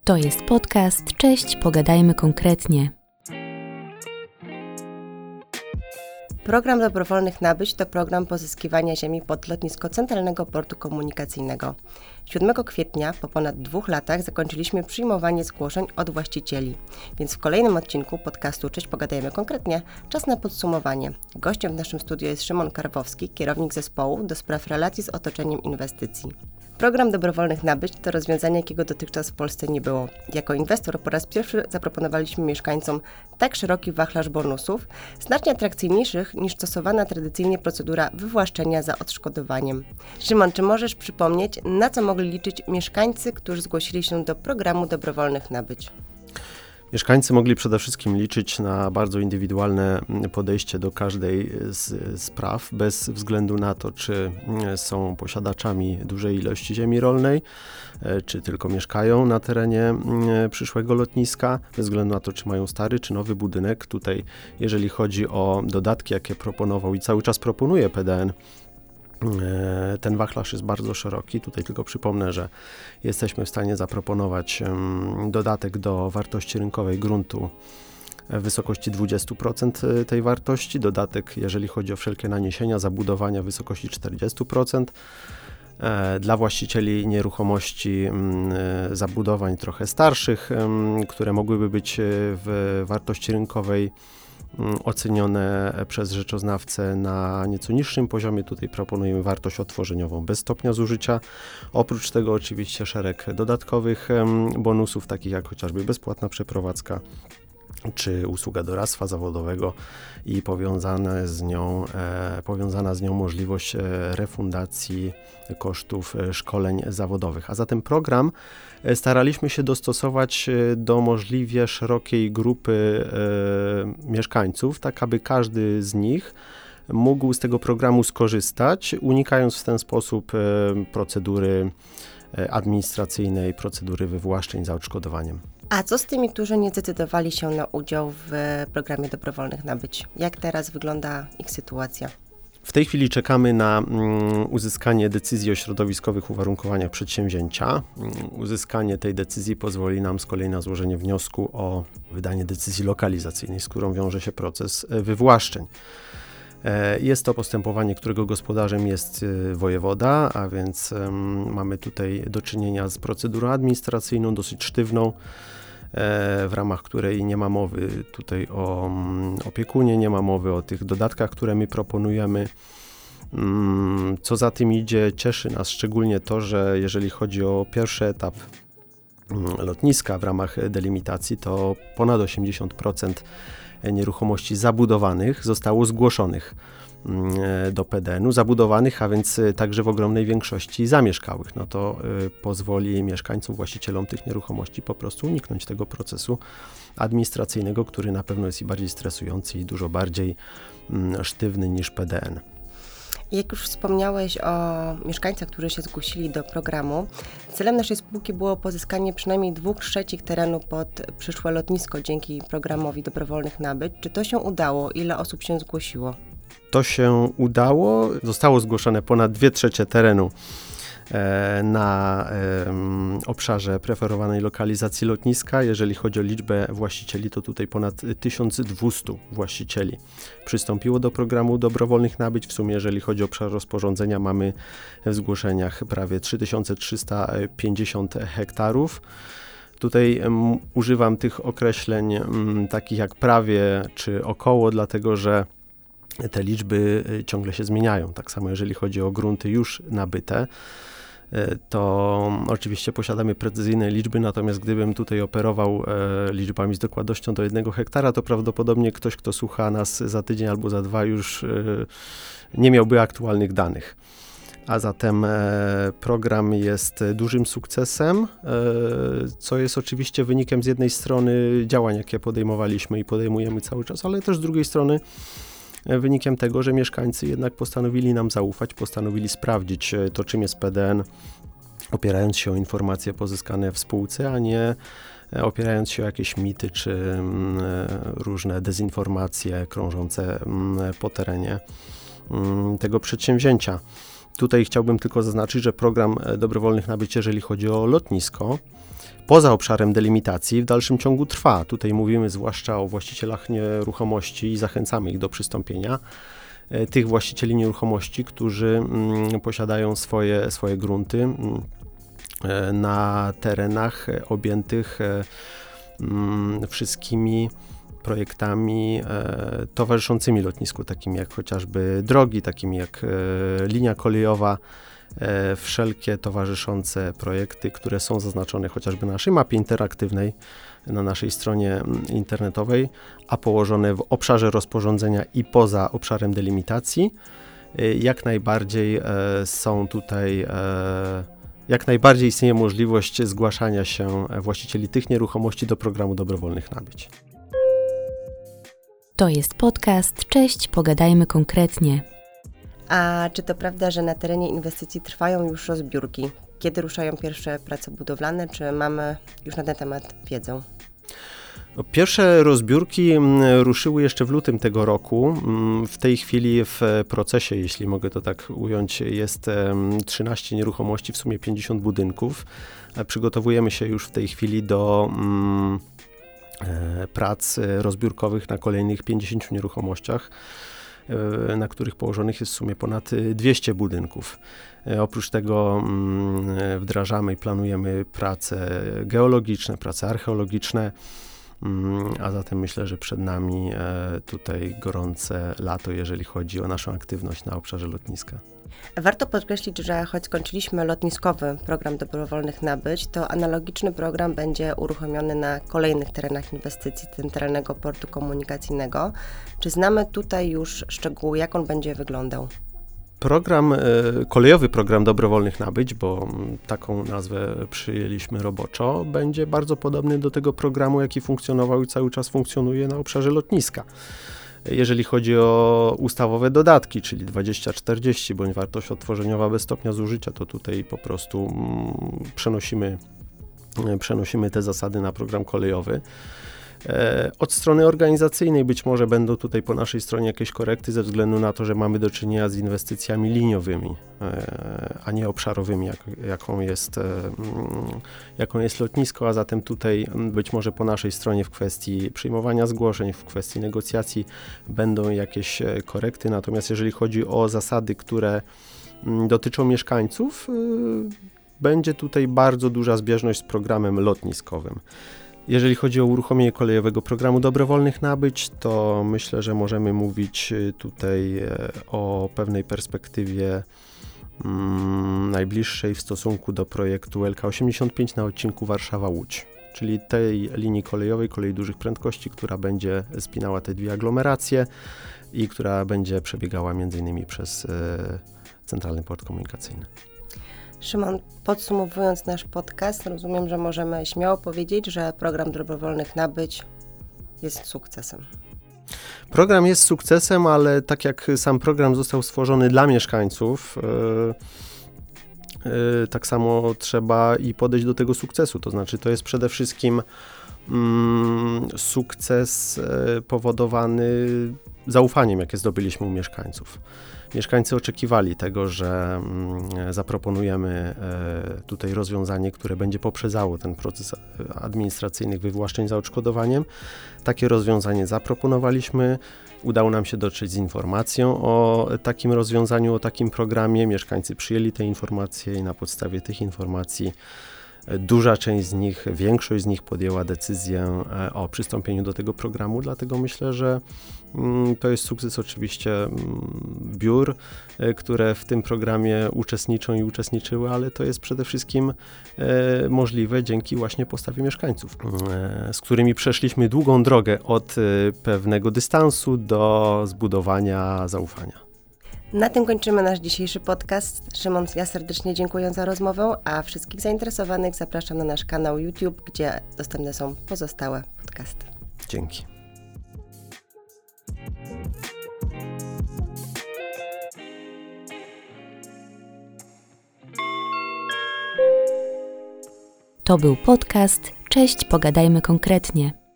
To jest podcast Cześć, pogadajmy konkretnie. Program dobrowolnych nabyć to program pozyskiwania ziemi pod lotnisko Centralnego Portu Komunikacyjnego. 7 kwietnia, po ponad 2 latach, zakończyliśmy przyjmowanie zgłoszeń od właścicieli. Więc w kolejnym odcinku podcastu Cześć, pogadajmy konkretnie, czas na podsumowanie. Gościem w naszym studiu jest Szymon Karwowski, kierownik zespołu do spraw relacji z otoczeniem inwestycji. Program dobrowolnych nabyć to rozwiązanie, jakiego dotychczas w Polsce nie było. Jako inwestor po raz pierwszy zaproponowaliśmy mieszkańcom tak szeroki wachlarz bonusów, znacznie atrakcyjniejszych niż stosowana tradycyjnie procedura wywłaszczenia za odszkodowaniem. Szymon, czy możesz przypomnieć, na co mogli liczyć mieszkańcy, którzy zgłosili się do programu dobrowolnych nabyć? Mieszkańcy mogli przede wszystkim liczyć na bardzo indywidualne podejście do każdej z spraw, bez względu na to, czy są posiadaczami dużej ilości ziemi rolnej, czy tylko mieszkają na terenie przyszłego lotniska, bez względu na to, czy mają stary, czy nowy budynek. Tutaj, jeżeli chodzi o dodatki, jakie proponował i cały czas proponuje PDN, ten wachlarz jest bardzo szeroki. Tutaj tylko przypomnę, że jesteśmy w stanie zaproponować dodatek do wartości rynkowej gruntu w wysokości 20% tej wartości, dodatek, jeżeli chodzi o wszelkie naniesienia, zabudowania w wysokości 40%. Dla właścicieli nieruchomości zabudowań trochę starszych, które mogłyby być w wartości rynkowej ocenione przez rzeczoznawcę na nieco niższym poziomie. Tutaj proponujemy wartość odtworzeniową bez stopnia zużycia. Oprócz tego oczywiście szereg dodatkowych bonusów, takich jak chociażby bezpłatna przeprowadzka czy usługa doradztwa zawodowego i powiązana z nią możliwość refundacji kosztów szkoleń zawodowych. A zatem program staraliśmy się dostosować do możliwie szerokiej grupy mieszkańców, tak aby każdy z nich mógł z tego programu skorzystać, unikając w ten sposób procedury administracyjnej, procedury wywłaszczeń za odszkodowaniem. A co z tymi, którzy nie zdecydowali się na udział w programie dobrowolnych nabyć? Jak teraz wygląda ich sytuacja? W tej chwili czekamy na uzyskanie decyzji o środowiskowych uwarunkowaniach przedsięwzięcia. Uzyskanie tej decyzji pozwoli nam z kolei na złożenie wniosku o wydanie decyzji lokalizacyjnej, z którą wiąże się proces wywłaszczeń. Jest to postępowanie, którego gospodarzem jest wojewoda, a więc mamy tutaj do czynienia z procedurą administracyjną dosyć sztywną, w ramach której nie ma mowy tutaj o opiekunie, nie ma mowy o tych dodatkach, które my proponujemy. Co za tym idzie, cieszy nas szczególnie to, że jeżeli chodzi o pierwszy etap lotniska w ramach delimitacji, to ponad 80% nieruchomości zabudowanych zostało zgłoszonych do PDN-u, zabudowanych, a więc także w ogromnej większości zamieszkałych. No to pozwoli mieszkańcom, właścicielom tych nieruchomości po prostu uniknąć tego procesu administracyjnego, który na pewno jest i bardziej stresujący i dużo bardziej sztywny niż PDN. Jak już wspomniałeś o mieszkańcach, którzy się zgłosili do programu, celem naszej spółki było pozyskanie przynajmniej 2/3 terenu pod przyszłe lotnisko dzięki programowi dobrowolnych nabyć. Czy to się udało? Ile osób się zgłosiło? To się udało. Zostało zgłoszone ponad 2/3 terenu na obszarze preferowanej lokalizacji lotniska. Jeżeli chodzi o liczbę właścicieli, to tutaj ponad 1200 właścicieli przystąpiło do programu dobrowolnych nabyć. W sumie, jeżeli chodzi o obszar rozporządzenia, mamy w zgłoszeniach prawie 3350 hektarów. Tutaj używam tych określeń takich jak prawie czy około, dlatego że te liczby ciągle się zmieniają. Tak samo jeżeli chodzi o grunty już nabyte, to oczywiście posiadamy precyzyjne liczby, natomiast gdybym tutaj operował liczbami z dokładnością do 1 hektara, to prawdopodobnie ktoś, kto słucha nas za tydzień albo za 2, już nie miałby aktualnych danych. A zatem program jest dużym sukcesem, co jest oczywiście wynikiem z jednej strony działań, jakie podejmowaliśmy i podejmujemy cały czas, ale też z drugiej strony wynikiem tego, że mieszkańcy jednak postanowili nam zaufać, postanowili sprawdzić to, czym jest PDN, opierając się o informacje pozyskane w spółce, a nie opierając się o jakieś mity czy różne dezinformacje krążące po terenie tego przedsięwzięcia. Tutaj chciałbym tylko zaznaczyć, że program dobrowolnych nabyć, jeżeli chodzi o lotnisko, poza obszarem delimitacji w dalszym ciągu trwa. Tutaj mówimy zwłaszcza o właścicielach nieruchomości i zachęcamy ich do przystąpienia. Tych właścicieli nieruchomości, którzy posiadają swoje grunty na terenach objętych wszystkimi projektami towarzyszącymi lotnisku, takimi jak chociażby drogi, takimi jak linia kolejowa, wszelkie towarzyszące projekty, które są zaznaczone chociażby na naszej mapie interaktywnej, na naszej stronie internetowej, a położone w obszarze rozporządzenia i poza obszarem delimitacji, jak najbardziej są tutaj, jak najbardziej istnieje możliwość zgłaszania się właścicieli tych nieruchomości do programu dobrowolnych nabyć. To jest podcast Cześć, pogadajmy konkretnie. A czy to prawda, że na terenie inwestycji trwają już rozbiórki? Kiedy ruszają pierwsze prace budowlane? Czy mamy już na ten temat wiedzę? Pierwsze rozbiórki ruszyły jeszcze w lutym tego roku. W tej chwili w procesie, jeśli mogę to tak ująć, jest 13 nieruchomości, w sumie 50 budynków. Przygotowujemy się już w tej chwili do prac rozbiórkowych na kolejnych 50 nieruchomościach, na których położonych jest w sumie ponad 200 budynków. Oprócz tego wdrażamy i planujemy prace geologiczne, prace archeologiczne, a zatem myślę, że przed nami tutaj gorące lato, jeżeli chodzi o naszą aktywność na obszarze lotniska. Warto podkreślić, że choć skończyliśmy lotniskowy program dobrowolnych nabyć, to analogiczny program będzie uruchomiony na kolejnych terenach inwestycji Centralnego Portu Komunikacyjnego. Czy znamy tutaj już szczegóły, jak on będzie wyglądał? Kolejowy program dobrowolnych nabyć, bo taką nazwę przyjęliśmy roboczo, będzie bardzo podobny do tego programu, jaki funkcjonował i cały czas funkcjonuje na obszarze lotniska. Jeżeli chodzi o ustawowe dodatki, czyli 20-40 bądź wartość odtworzeniowa bez stopnia zużycia, to tutaj po prostu przenosimy te zasady na program kolejowy. Od strony organizacyjnej być może będą tutaj po naszej stronie jakieś korekty ze względu na to, że mamy do czynienia z inwestycjami liniowymi, a nie obszarowymi, jaką jest lotnisko, a zatem tutaj być może po naszej stronie w kwestii przyjmowania zgłoszeń, w kwestii negocjacji będą jakieś korekty, natomiast jeżeli chodzi o zasady, które dotyczą mieszkańców, będzie tutaj bardzo duża zbieżność z programem lotniskowym. Jeżeli chodzi o uruchomienie kolejowego programu dobrowolnych nabyć, to myślę, że możemy mówić tutaj o pewnej perspektywie najbliższej w stosunku do projektu LK85 na odcinku Warszawa-Łódź, czyli tej linii kolejowej, kolei dużych prędkości, która będzie spinała te dwie aglomeracje i która będzie przebiegała m.in. przez Centralny Port Komunikacyjny. Szymon, podsumowując nasz podcast, rozumiem, że możemy śmiało powiedzieć, że program dobrowolnych nabyć jest sukcesem. Program jest sukcesem, ale tak jak sam program został stworzony dla mieszkańców, tak samo trzeba i podejść do tego sukcesu. To znaczy, to jest przede wszystkim sukces powodowany zaufaniem, jakie zdobyliśmy u mieszkańców. Mieszkańcy oczekiwali tego, że zaproponujemy tutaj rozwiązanie, które będzie poprzedało ten proces administracyjnych wywłaszczeń za odszkodowaniem. Takie rozwiązanie zaproponowaliśmy. Udało nam się dotrzeć z informacją o takim rozwiązaniu, o takim programie. Mieszkańcy przyjęli te informacje i na podstawie tych informacji duża część z nich, większość z nich podjęła decyzję o przystąpieniu do tego programu, dlatego myślę, że to jest sukces oczywiście biur, które w tym programie uczestniczą i uczestniczyły, ale to jest przede wszystkim możliwe dzięki właśnie postawie mieszkańców, z którymi przeszliśmy długą drogę od pewnego dystansu do zbudowania zaufania. Na tym kończymy nasz dzisiejszy podcast. Szymon, ja serdecznie dziękuję za rozmowę, a wszystkich zainteresowanych zapraszam na nasz kanał YouTube, gdzie dostępne są pozostałe podcasty. Dzięki. To był podcast Cześć, pogadajmy konkretnie.